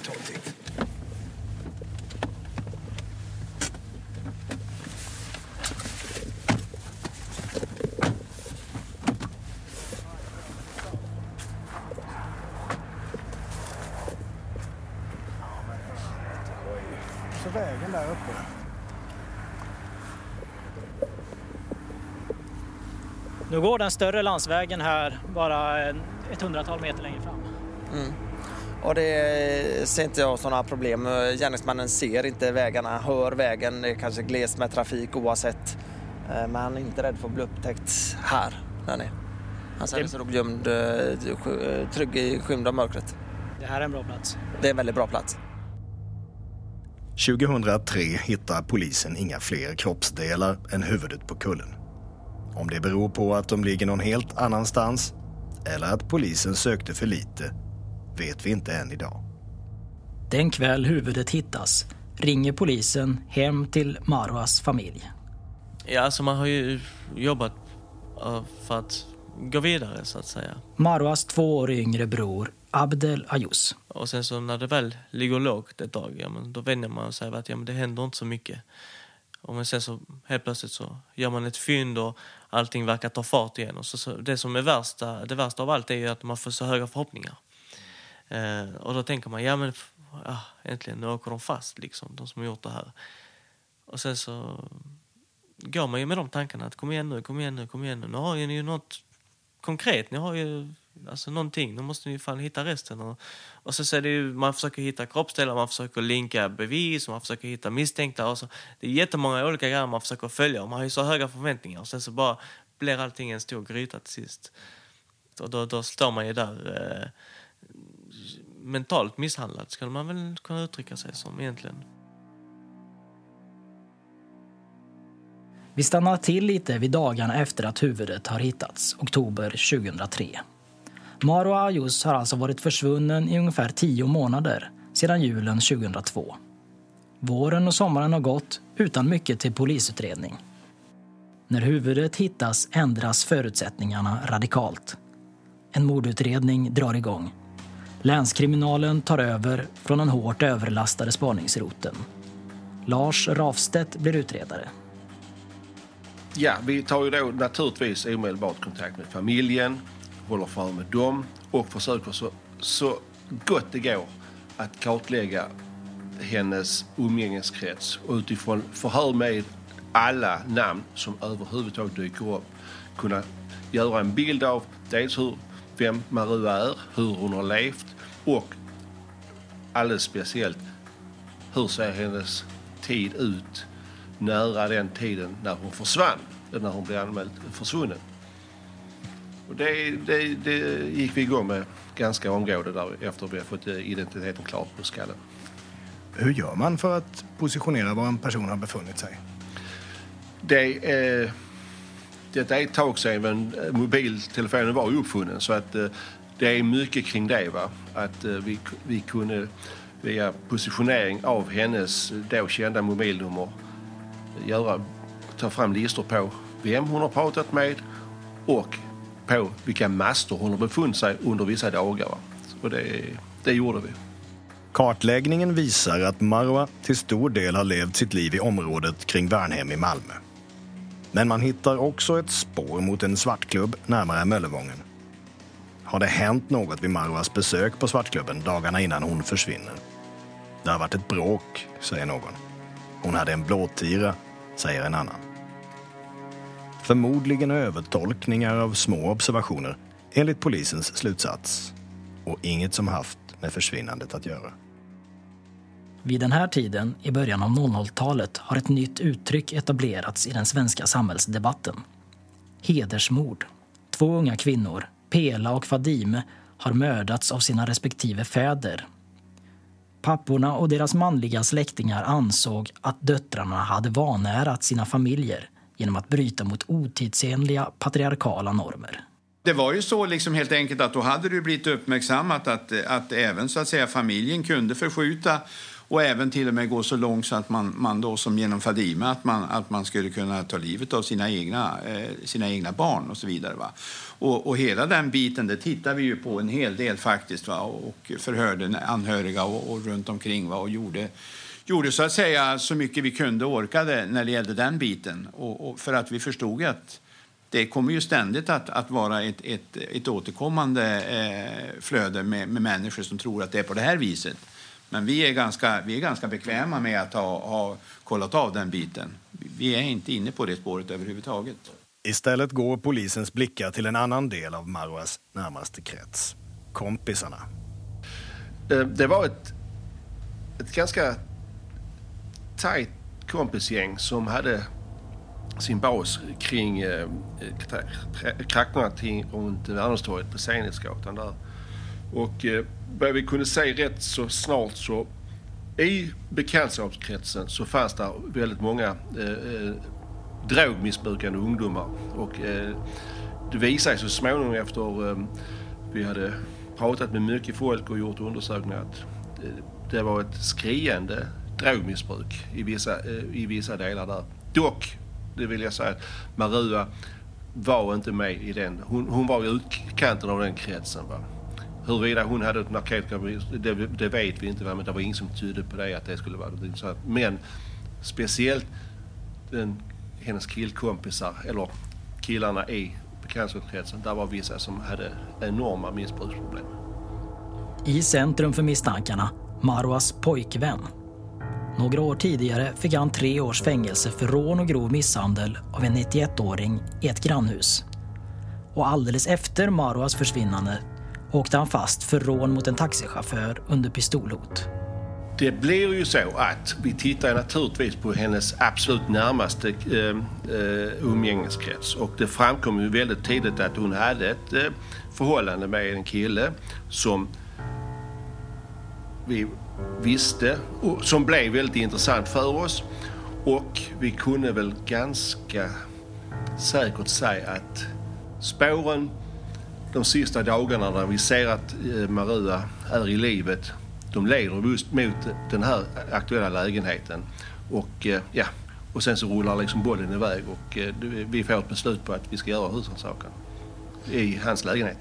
Vägen där uppe. Nu går den större landsvägen här bara 100-tal meter längre fram. Och det ser inte jag sådana problem. Gärningsmannen ser inte vägarna, hör vägen. Det är kanske glest med trafik oavsett. Men han är inte rädd för att bli upptäckt här. Han ser sig nog gömd, trygg i skymda mörkret. Det här är en bra plats. Det är en väldigt bra plats. 2003 hittar polisen inga fler kroppsdelar än huvudet på kullen. Om det beror på att de ligger någon helt annanstans eller att polisen sökte för lite vet vi inte än idag. Den kväll huvudet hittas ringer polisen hem till Maroas familj. Ja, alltså man har ju jobbat för att gå vidare så att säga. Maroas 2 år yngre bror Abdel Ayous. Och sen så när det väl ligger lågt ett tag, då vänjer man sig att det händer inte så mycket. Och men sen så helt plötsligt så gör man ett fynd och allting verkar ta fart igen. Och så det som är det värsta av allt är ju att man får så höga förhoppningar. Och då tänker man, äntligen, nu åker de fast liksom, de som har gjort det här. Och sen så går man ju med de tankarna att kom igen nu. Nu har ni ju något konkret, ni har ju alltså någonting, nu måste ni ju fan hitta resten. Och så är det ju, man försöker hitta kroppsdelar, man försöker linka bevis, man försöker hitta misstänkta. Och så, det är jättemånga olika grejer man försöker följa och man har ju så höga förväntningar. Och sen så bara blir allting en stor gryta till sist. Och då står man ju där mentalt misshandlad, skulle man väl kunna uttrycka sig som egentligen. Vi stannar till lite vid dagarna efter att huvudet har hittats, oktober 2003. Marwa Ayous har alltså varit försvunnen i ungefär 10 månader sedan julen 2002. Våren och sommaren har gått utan mycket till polisutredning. När huvudet hittas ändras förutsättningarna radikalt. En mordutredning drar igång. Länskriminalen tar över från den hårt överlastade spaningsroten. Lars Rafstedt blir utredare. Ja, vi tar ju då naturligtvis omedelbart kontakt med familjen, håller för med dem och försöker så gott det går att kartlägga hennes umgängeskrets och utifrån förhör med alla namn som överhuvudtaget dyker upp kunna göra en bild av dels vem Marua är, hur hon har levt och alldeles speciellt hur ser hennes tid ut nära den tiden när hon försvann, när hon blev anmäld försvunnen. Och det gick vi igång med ganska omgående där efter vi har fått identiteten klar på skallen. Hur gör man för att positionera var en person har befunnit sig? Det är ett tag sedan, men mobiltelefonen var ju uppfunnen så att det är mycket kring det, va? Att vi kunde via positionering av hennes då kända mobilnummer ta fram listor på vem hon har pratat med och på vilka master hon har befunnit sig under vissa dagar. Och det gjorde vi. Kartläggningen visar att Marwa till stor del har levt sitt liv i området kring Värnhem i Malmö. Men man hittar också ett spår mot en svartklubb närmare Möllevången. Har det hänt något vid Marwas besök på svartklubben dagarna innan hon försvinner? Det har varit ett bråk, säger någon. Hon hade en blåtira, säger en annan. Förmodligen övertolkningar av små observationer enligt polisens slutsats. Och inget som haft med försvinnandet att göra. Vid den här tiden, i början av 00-talet, har ett nytt uttryck etablerats i den svenska samhällsdebatten. Hedersmord. 2 unga kvinnor, Pela och Fadime, har mördats av sina respektive fäder. Papporna och deras manliga släktingar ansåg att döttrarna hade vanärat sina familjer genom att bryta mot otidsenliga patriarkala normer. Det var ju så liksom helt enkelt att då hade det blivit uppmärksammat att även så att säga familjen kunde förskjuta och även till och med gå så långt så att man då som genom Fadime att man skulle kunna ta livet av sina egna barn och så vidare, va. Och hela den biten, det tittar vi ju på en hel del faktiskt, va, och förhörde anhöriga och runt omkring, va, och gjorde så att säga så mycket vi kunde och orkade när det gällde den biten och för att vi förstod att det kommer ju ständigt att vara ett återkommande flöde med människor som tror att det är på det här viset. Men vi är ganska bekväma med att ha kollat av den biten. Vi är inte inne på det spåret överhuvudtaget. Istället går polisens blickar till en annan del av Marwas närmaste krets. Kompisarna. Det var ett ganska tajt kompisgäng som hade sin bas kring krackorna runt Värnhemstorget på Senitsgatan där. Och vad vi kunde se rätt så snart så i bekantskapskretsen så fanns det väldigt många drogmissbrukande ungdomar och det visade sig så småningom efter vi hade pratat med mycket folk och gjort undersökningar att det var ett skriande drogmissbruk i vissa delar där. Dock, det vill jag säga, att Marua var inte med i den. Hon var i utkanten av den kretsen, va. Huruvida hon hade ett narkotika, det vet vi inte, va? Men det var ingen som tydde på det att det skulle vara det. Men speciellt hennes killkompisar eller killarna i bekantskapskretsen, där var vissa som hade enorma missbruksproblem. I centrum för misstankarna, Marwas pojkvän. Några år tidigare fick han 3 års fängelse för rån och grov misshandel av en 91-åring i ett grannhus. Och alldeles efter Marwas försvinnande åkte han fast för rån mot en taxichaufför under pistolhot. Det blir ju så att vi tittar naturligtvis på hennes absolut närmaste umgängeskrets. Och det framkom ju väldigt tidigt att hon hade ett förhållande med en kille som vi visste och som blev väldigt intressant för oss. Och vi kunde väl ganska säkert säga att spåren de sista dagarna när vi ser att Marua är i livet, de leder just mot den här aktuella lägenheten. Och sen så rullar liksom bollen iväg och vi får ett beslut på att vi ska göra husrannsakan i hans lägenhet.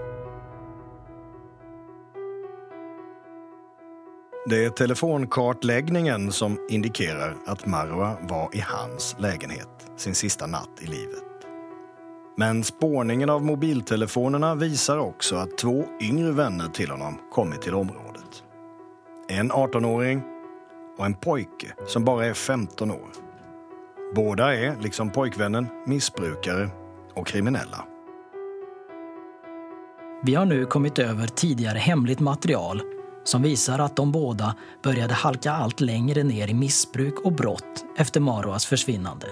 Det är telefonkartläggningen som indikerar att Marua var i hans lägenhet sin sista natt i livet. Men spårningen av mobiltelefonerna visar också att 2 yngre vänner till honom kommit till området. En 18-åring och en pojke som bara är 15 år. Båda är, liksom pojkvännen, missbrukare och kriminella. Vi har nu kommit över tidigare hemligt material som visar att de båda började halka allt längre ner i missbruk och brott efter Maruas försvinnande.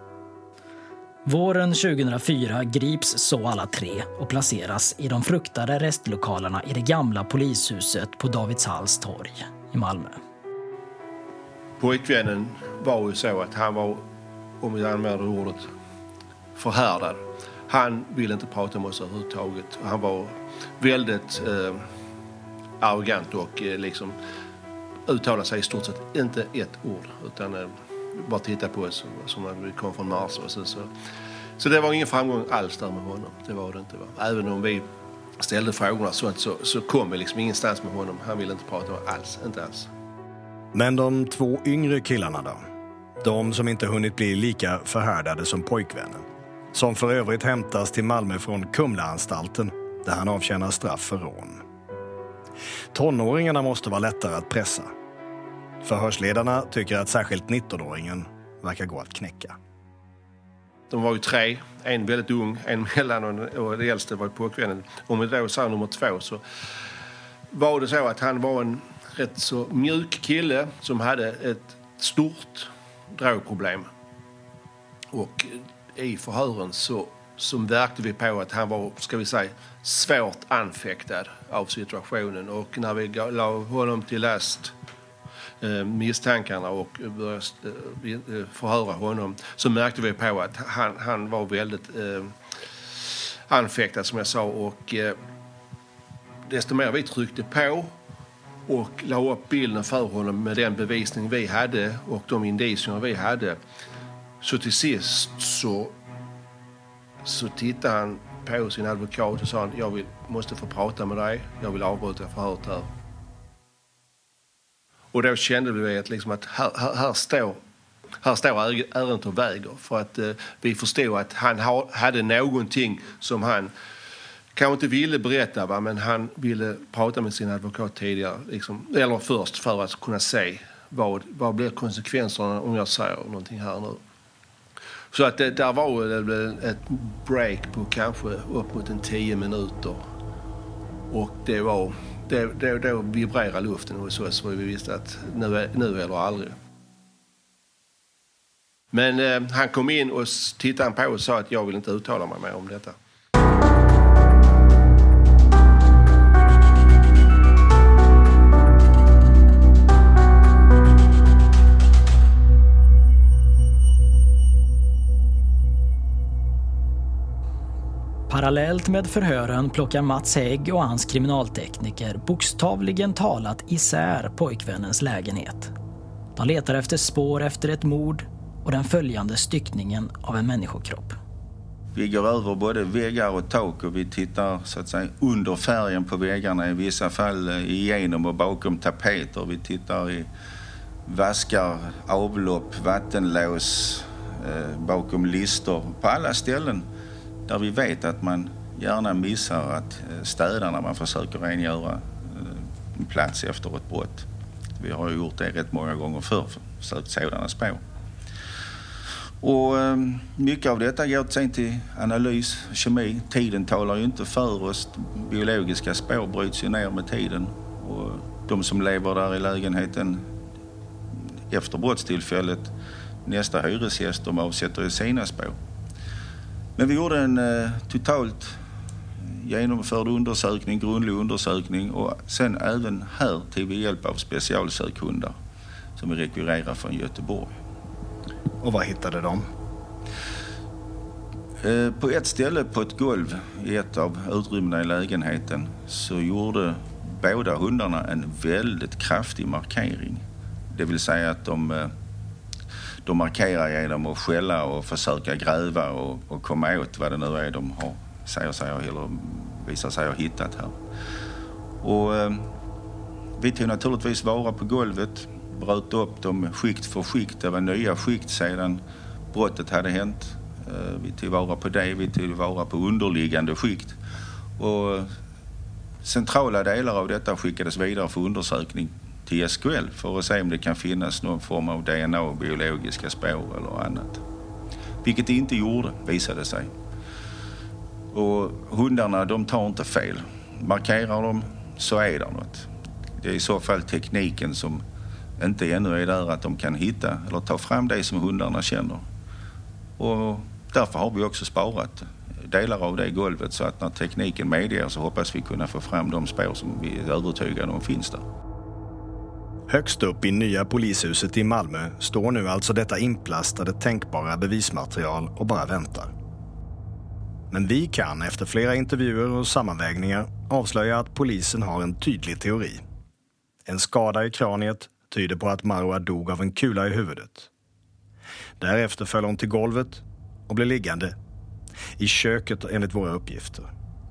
Våren 2004 grips så alla 3 och placeras i de fruktade restlokalerna i det gamla polishuset på Davidshalls torg i Malmö. Pojkvännen var ju så att han var, om vi använder ordet, förhärdad. Han ville inte prata med oss överhuvudtaget. Han var väldigt arrogant och liksom uttalade sig i stort sett inte ett ord utan bara titta på oss som att vi kom från Mars. Och så det var ingen framgång alls där med honom. Det var det inte. Även om vi ställde frågorna så kom vi liksom ingenstans med honom. Han ville inte prata med alls, inte alls. Men de 2 yngre killarna då? De som inte hunnit bli lika förhärdade som pojkvännen. Som för övrigt hämtas till Malmö från Kumlaanstalten där han avtjänar straff för rån. Tonåringarna måste vara lättare att pressa. Förhörsledarna tycker att särskilt 19-åringen verkar gå att knäcka. De var ju 3, en väldigt ung, en mellan och det äldste var pojkvännen. Om vi då sa nummer 2 så var det så att han var en rätt så mjuk kille som hade ett stort drogproblem. Och i förhören så märkte vi på att han var, ska vi säga, svårt anfäktad av situationen. Och när vi la honom till last misstankarna och började förhöra honom så märkte vi på att han var väldigt anfäktad som jag sa. Och desto mer vi tryckte på och la upp bilden för honom med den bevisning vi hade och de indicier vi hade, så till sist så tittade han på sin advokat och sa: jag måste få prata med dig, jag vill avbryta förhöret här. Och då kände vi att här står ärendet och väger, för att vi förstod att han hade någonting som han kanske inte ville berätta, men han ville prata med sin advokat tidigare, eller först, för att kunna se vad blir konsekvenserna om jag säger någonting här nu. Så att där var ett break på kanske upp mot 10 minuter. Och då vibrerade luften hos oss, och vi visste att nu eller aldrig. Men han kom in och tittade på och sa att jag vill inte uttala mig mer om detta. Parallellt med förhören plockar Mats Hägg och hans kriminaltekniker bokstavligen talat isär pojkvännens lägenhet. De letar efter spår efter ett mord och den följande styckningen av en människokropp. Vi går över både väggar och tak och vi tittar så att säga under färgen på väggarna, i vissa fall igenom och bakom tapeter. Vi tittar i vaskar, avlopp, vattenlås, bakom lister, på alla ställen där vi vet att man gärna missar att städa när man försöker rengöra en plats efter ett brott. Vi har ju gjort det rätt många gånger förr, försökt sådana spår. Och mycket av detta går sen till analys, kemi. Tiden talar ju inte för oss. Biologiska spår bryts ju ner med tiden. Och de som lever där i lägenheten efter brottstillfället, nästa hyresgäst, de avsätter ju sina spår. Men vi gjorde en totalt genomförd undersökning, grundlig undersökning, och sen även här till vi hjälp av specialsökhundar som vi rekvirerar från Göteborg. Och vad hittade de? På ett ställe på ett golv i ett av utrymmena i lägenheten så gjorde båda hundarna en väldigt kraftig markering. Det vill säga att de markerar genom att skälla och försöka gräva och komma åt vad det nu är de har, visar sig ha hittat här. Och vi tog naturligtvis vara på golvet, bröt upp dem skikt för skikt. Det var nya skikt sedan brottet hade hänt. Vi tog vara på det, vi tog vara på underliggande skikt. Och centrala delar av detta skickades vidare för undersökning till SKL för att se om det kan finnas någon form av DNA, biologiska spår eller annat. Vilket det inte gjorde, visade sig. Och hundarna, de tar inte fel. Markerar de så är det något. Det är i så fall tekniken som inte ännu är där att de kan hitta eller ta fram det som hundarna känner. Och därför har vi också sparat delar av det golvet så att när tekniken medger så hoppas vi kunna få fram de spår som vi är övertygade om finns där. Högst upp i nya polishuset i Malmö står nu alltså detta inplastade tänkbara bevismaterial och bara väntar. Men vi kan efter flera intervjuer och sammanvägningar avslöja att polisen har en tydlig teori. En skada i kraniet tyder på att Maroa dog av en kula i huvudet. Därefter föll hon till golvet och blev liggande i köket enligt våra uppgifter.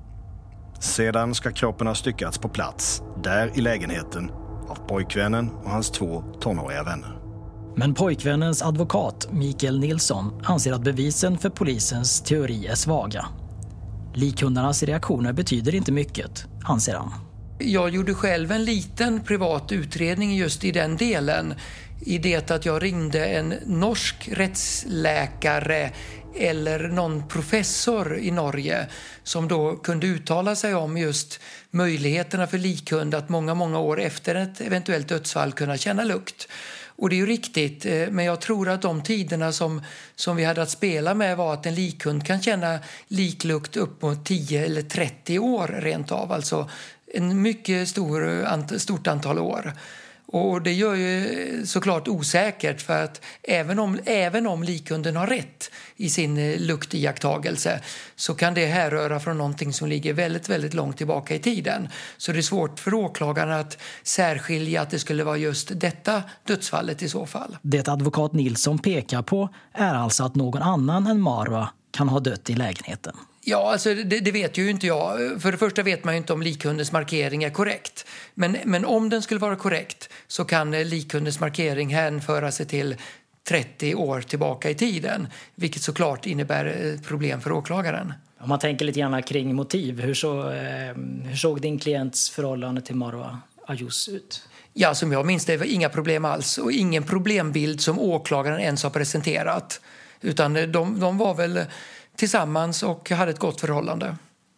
Sedan ska kroppen ha styckats på plats, där i lägenheten, av pojkvännen och hans 2 tonåriga vänner. Men pojkvännens advokat Mikael Nilsson anser att bevisen för polisens teori är svaga. Likhundarnas reaktioner betyder inte mycket, anser han. Jag gjorde själv en liten privat utredning just i den delen. I det att jag ringde en norsk rättsläkare eller någon professor i Norge som då kunde uttala sig om just möjligheterna för likhund att många år efter ett eventuellt dödsfall kunna känna lukt. Och det är ju riktigt, men jag tror att de tiderna som vi hade att spela med var att en likhund kan känna liklukt upp mot 10 eller 30 år rent av. Alltså en mycket stort antal år. Och det gör ju såklart osäkert för att även om likhunden har rätt i sin luktiaktagelse så kan det härröra från någonting som ligger väldigt, väldigt långt tillbaka i tiden. Så det är svårt för åklagarna att särskilja att det skulle vara just detta dödsfallet i så fall. Det advokat Nilsson pekar på är alltså att någon annan än Maroa kan ha dött i lägenheten. Ja, alltså det vet ju inte jag. För det första vet man ju inte om likhundens markering är korrekt. Men om den skulle vara korrekt så kan likhundens markering hänföra sig till 30 år tillbaka i tiden. Vilket såklart innebär problem för åklagaren. Om man tänker lite grann kring motiv, hur såg din klients förhållande till Maroa Ayous ut? Ja, som jag minns det var inga problem alls och ingen problembild som åklagaren ens har presenterat. Utan de var väl tillsammans och hade ett gott förhållande.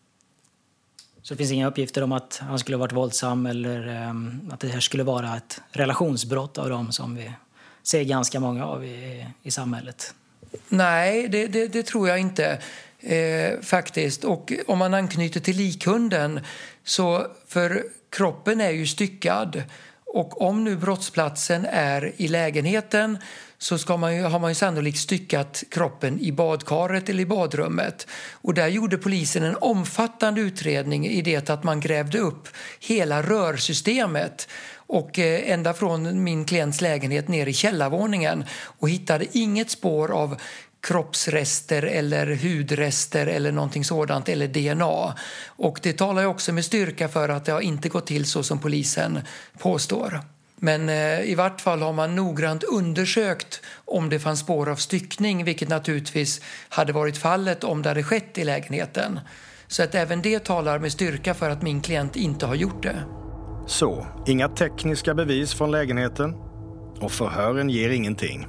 Så det finns inga uppgifter om att han skulle ha varit våldsam eller att det här skulle vara ett relationsbrott av dem som vi ser ganska många av i samhället? Nej, det tror jag inte faktiskt. Och om man anknyter till likhunden så för kroppen är ju styckad. Och om nu brottsplatsen är i lägenheten så har man ju sannolikt styckat kroppen i badkaret eller i badrummet. Och där gjorde polisen en omfattande utredning i det att man grävde upp hela rörsystemet och ända från min klients lägenhet ner i källarvåningen och hittade inget spår av kroppsrester eller hudrester eller någonting sådant eller DNA. Och det talar ju också med styrka för att det har inte gått till så som polisen påstår. Men i vart fall har man noggrant undersökt om det fanns spår av styckning, vilket naturligtvis hade varit fallet om det hade skett i lägenheten. Så att även det talar med styrka för att min klient inte har gjort det. Så, inga tekniska bevis från lägenheten och förhören ger ingenting.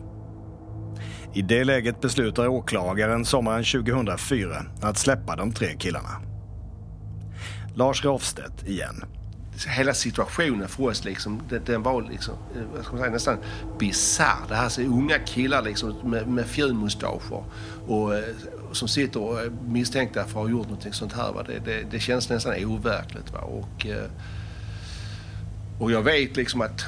I det läget beslutar åklagaren sommaren 2004 att släppa de 3 killarna. Lars Rofstedt igen. Hela situationen för oss liksom, den var liksom, vad ska man säga, nästan bizarr. Det här så unga killar liksom med fjunmustascher och som sitter och är misstänkta för att ha gjort något sånt här. Va? Det känns nästan overkligt. Va? Och jag vet liksom att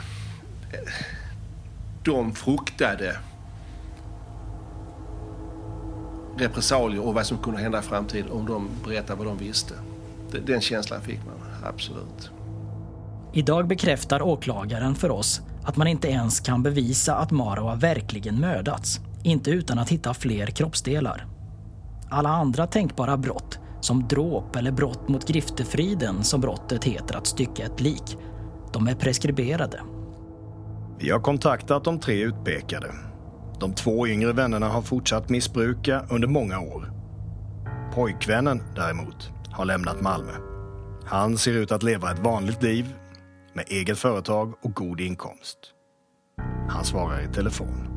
de fruktade repressalier och vad som kunde hända i framtiden om de berättade vad de visste. Den känslan fick man, absolut. Idag bekräftar åklagaren för oss att man inte ens kan bevisa att Marwa verkligen mördats, inte utan att hitta fler kroppsdelar. Alla andra tänkbara brott, som dråp eller brott mot griftefriden som brottet heter att stycka ett lik, de är preskriberade. Vi har kontaktat de 3 utpekade. De 2 yngre vännerna har fortsatt missbruka under många år. Pojkvännen däremot har lämnat Malmö. Han ser ut att leva ett vanligt liv med eget företag och god inkomst. Han svarar i telefon.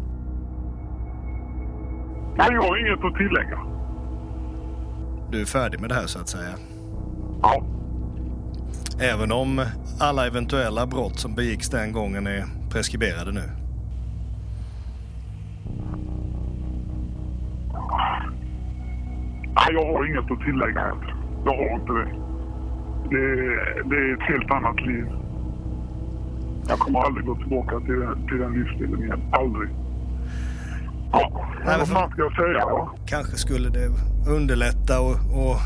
Nej, jag har inget att tillägga. Du är färdig med det här så att säga? Ja. Även om alla eventuella brott som begicks den gången är preskriberade nu? Nej, jag har inget att tillägga här. Jag har inte det. Det är ett helt annat liv. Jag kommer aldrig gå tillbaka till den livsstilen igen. Aldrig. Ja, nej, vad man ska säga. Ja. Kanske skulle det underlätta och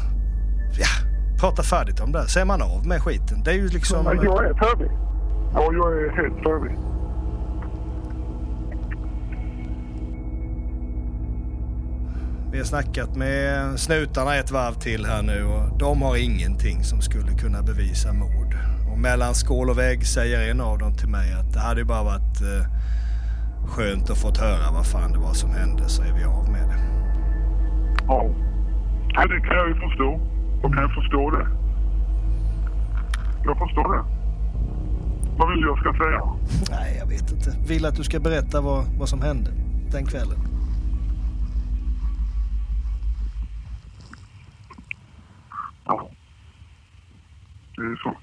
prata färdigt om det. Ser man av med skiten? Det är ju liksom... Ja, jag är färdig. Ja, jag är helt färdig. Vi har snackat med snutarna ett varv till här nu och de har ingenting som skulle kunna bevisa mord. Och mellan skål och vägg säger en av dem till mig att det hade bara varit skönt att fått höra vad fan det var som hände, så är vi av med det. Ja, det kan jag ju förstå. Jag kan förstå det. Jag förstår det. Vad vill jag ska säga? Nej, jag vet inte. Vill att du ska berätta vad som hände den kvällen. Ja, det är så.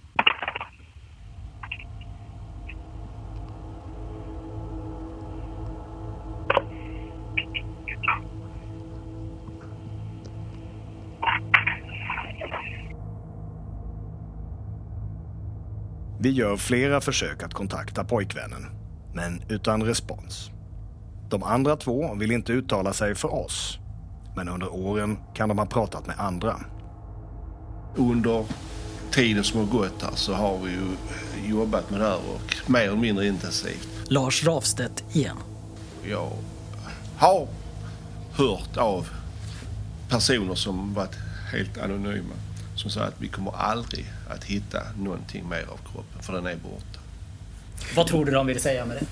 Vi gör flera försök att kontakta pojkvännen, men utan respons. De andra 2 vill inte uttala sig för oss, men under åren kan de ha pratat med andra. Under tiden som har gått här så har vi ju jobbat med det här och mer eller mindre intensivt. Lars Rafstedt igen. Jag har hört av personer som varit helt anonyma som sa att vi kommer aldrig att hitta någonting mer av kroppen för den är borta. Vad tror du de vill säga med det?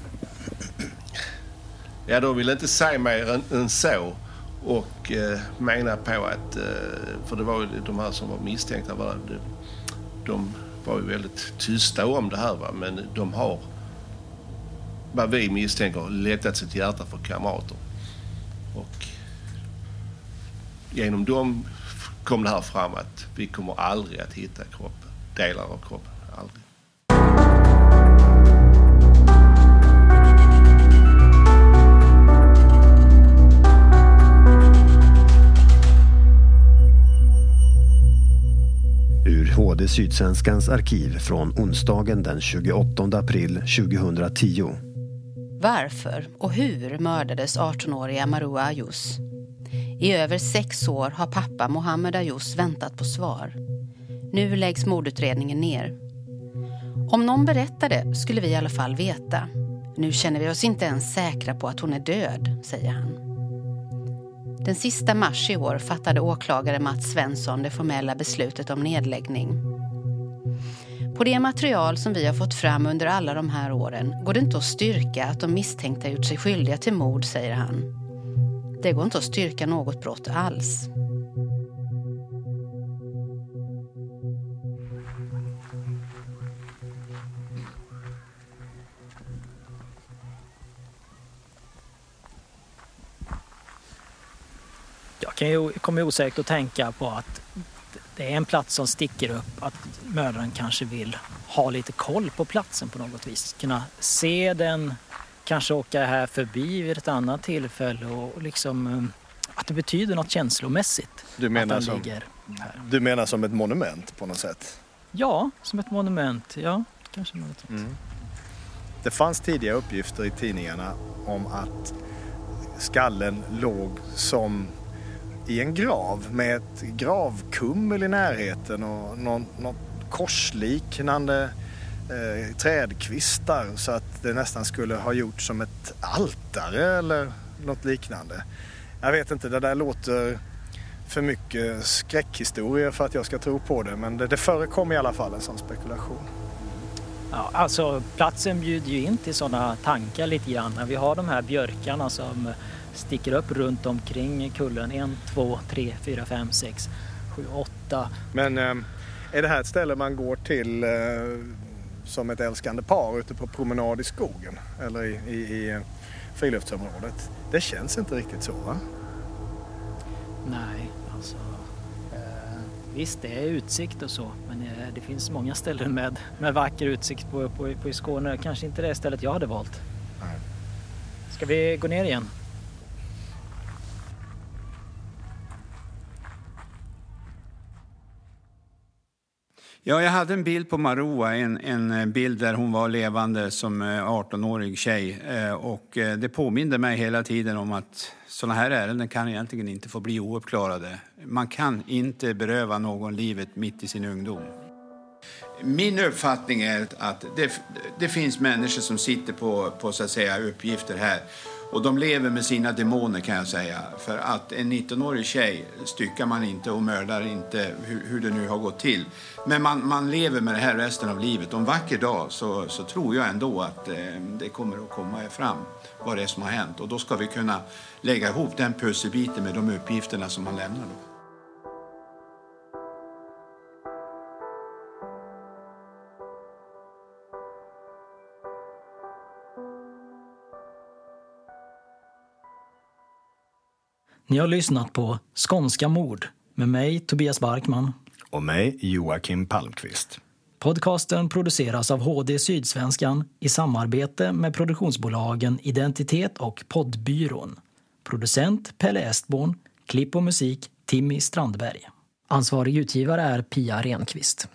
Ja, de vill inte säga mer än så och menar på att, för det var ju de här som var misstänkta, de var ju väldigt tysta om det här, va? Men de har, vad vi misstänker, lättat sitt hjärta för kamrater. Och genom dem kom det här fram att vi kommer aldrig att hitta kroppen, delar av kroppen, aldrig. Ur HD Sydsvenskans arkiv från onsdagen den 28 april 2010. Varför och hur mördades 18-åriga Marwa Ayous? I över 6 år har pappa Mohammed Ayous väntat på svar. Nu läggs mordutredningen ner. Om någon berättade skulle vi i alla fall veta. Nu känner vi oss inte ens säkra på att hon är död, säger han. Den sista mars i år fattade åklagare Mats Svensson det formella beslutet om nedläggning. På det material som vi har fått fram under alla de här åren går det inte att styrka att de misstänkta gjort sig skyldiga till mord, säger han. Det går inte att styrka något brott alls. Jag kommer osäkert att tänka på att det är en plats som sticker upp, att mördaren kanske vill ha lite koll på platsen på något vis. Kunna se den, kanske åka här förbi vid ett annat tillfälle och liksom att det betyder något känslomässigt. Du menar som ett monument på något sätt? Ja, som ett monument. Ja, kanske något. Det fanns tidigare uppgifter i tidningarna om att skallen låg som i en grav med ett gravkummel i närheten och något korsliknande trädkvistar så att det nästan skulle ha gjort som ett altare eller något liknande. Jag vet inte, det där låter för mycket skräckhistorier för att jag ska tro på det, men det förekom i alla fall en sån spekulation. Ja, alltså platsen bjuder ju in till sådana tankar lite grann. Vi har de här björkarna som sticker upp runt omkring kullen. 1, 2, 3, 4, 5, 6, 7, 8. Men är det här ett ställe man går till som ett älskande par ute på promenad i skogen eller i friluftsområdet? Det känns inte riktigt så, va? Nej, alltså visst det är utsikt och så, men det finns många ställen med vacker utsikt på i Skåne. Kanske inte det stället jag hade valt. Nej. Ska vi gå ner igen? Ja, jag hade en bild på Maroa, en bild där hon var levande som 18-årig tjej. Och det påminde mig hela tiden om att sådana här ärenden kan egentligen inte få bli ouppklarade. Man kan inte beröva någon livet mitt i sin ungdom. Min uppfattning är att det finns människor som sitter på så att säga uppgifter här. Och de lever med sina demoner, kan jag säga. För att en 19-årig tjej styckar man inte och mördar inte hur det nu har gått till. Men man lever med det här resten av livet. Och en vacker dag så tror jag ändå att det kommer att komma fram vad det är som har hänt. Och då ska vi kunna lägga ihop den pusselbiten med de uppgifterna som man lämnar då. Ni har lyssnat på Skånska mord med mig, Tobias Barkman. Och mig, Joakim Palmqvist. Podcasten produceras av HD Sydsvenskan i samarbete med produktionsbolagen Identitet och Poddbyrån. Producent Pelle Estborn, klipp och musik Timmy Strandberg. Ansvarig utgivare är Pia Renqvist.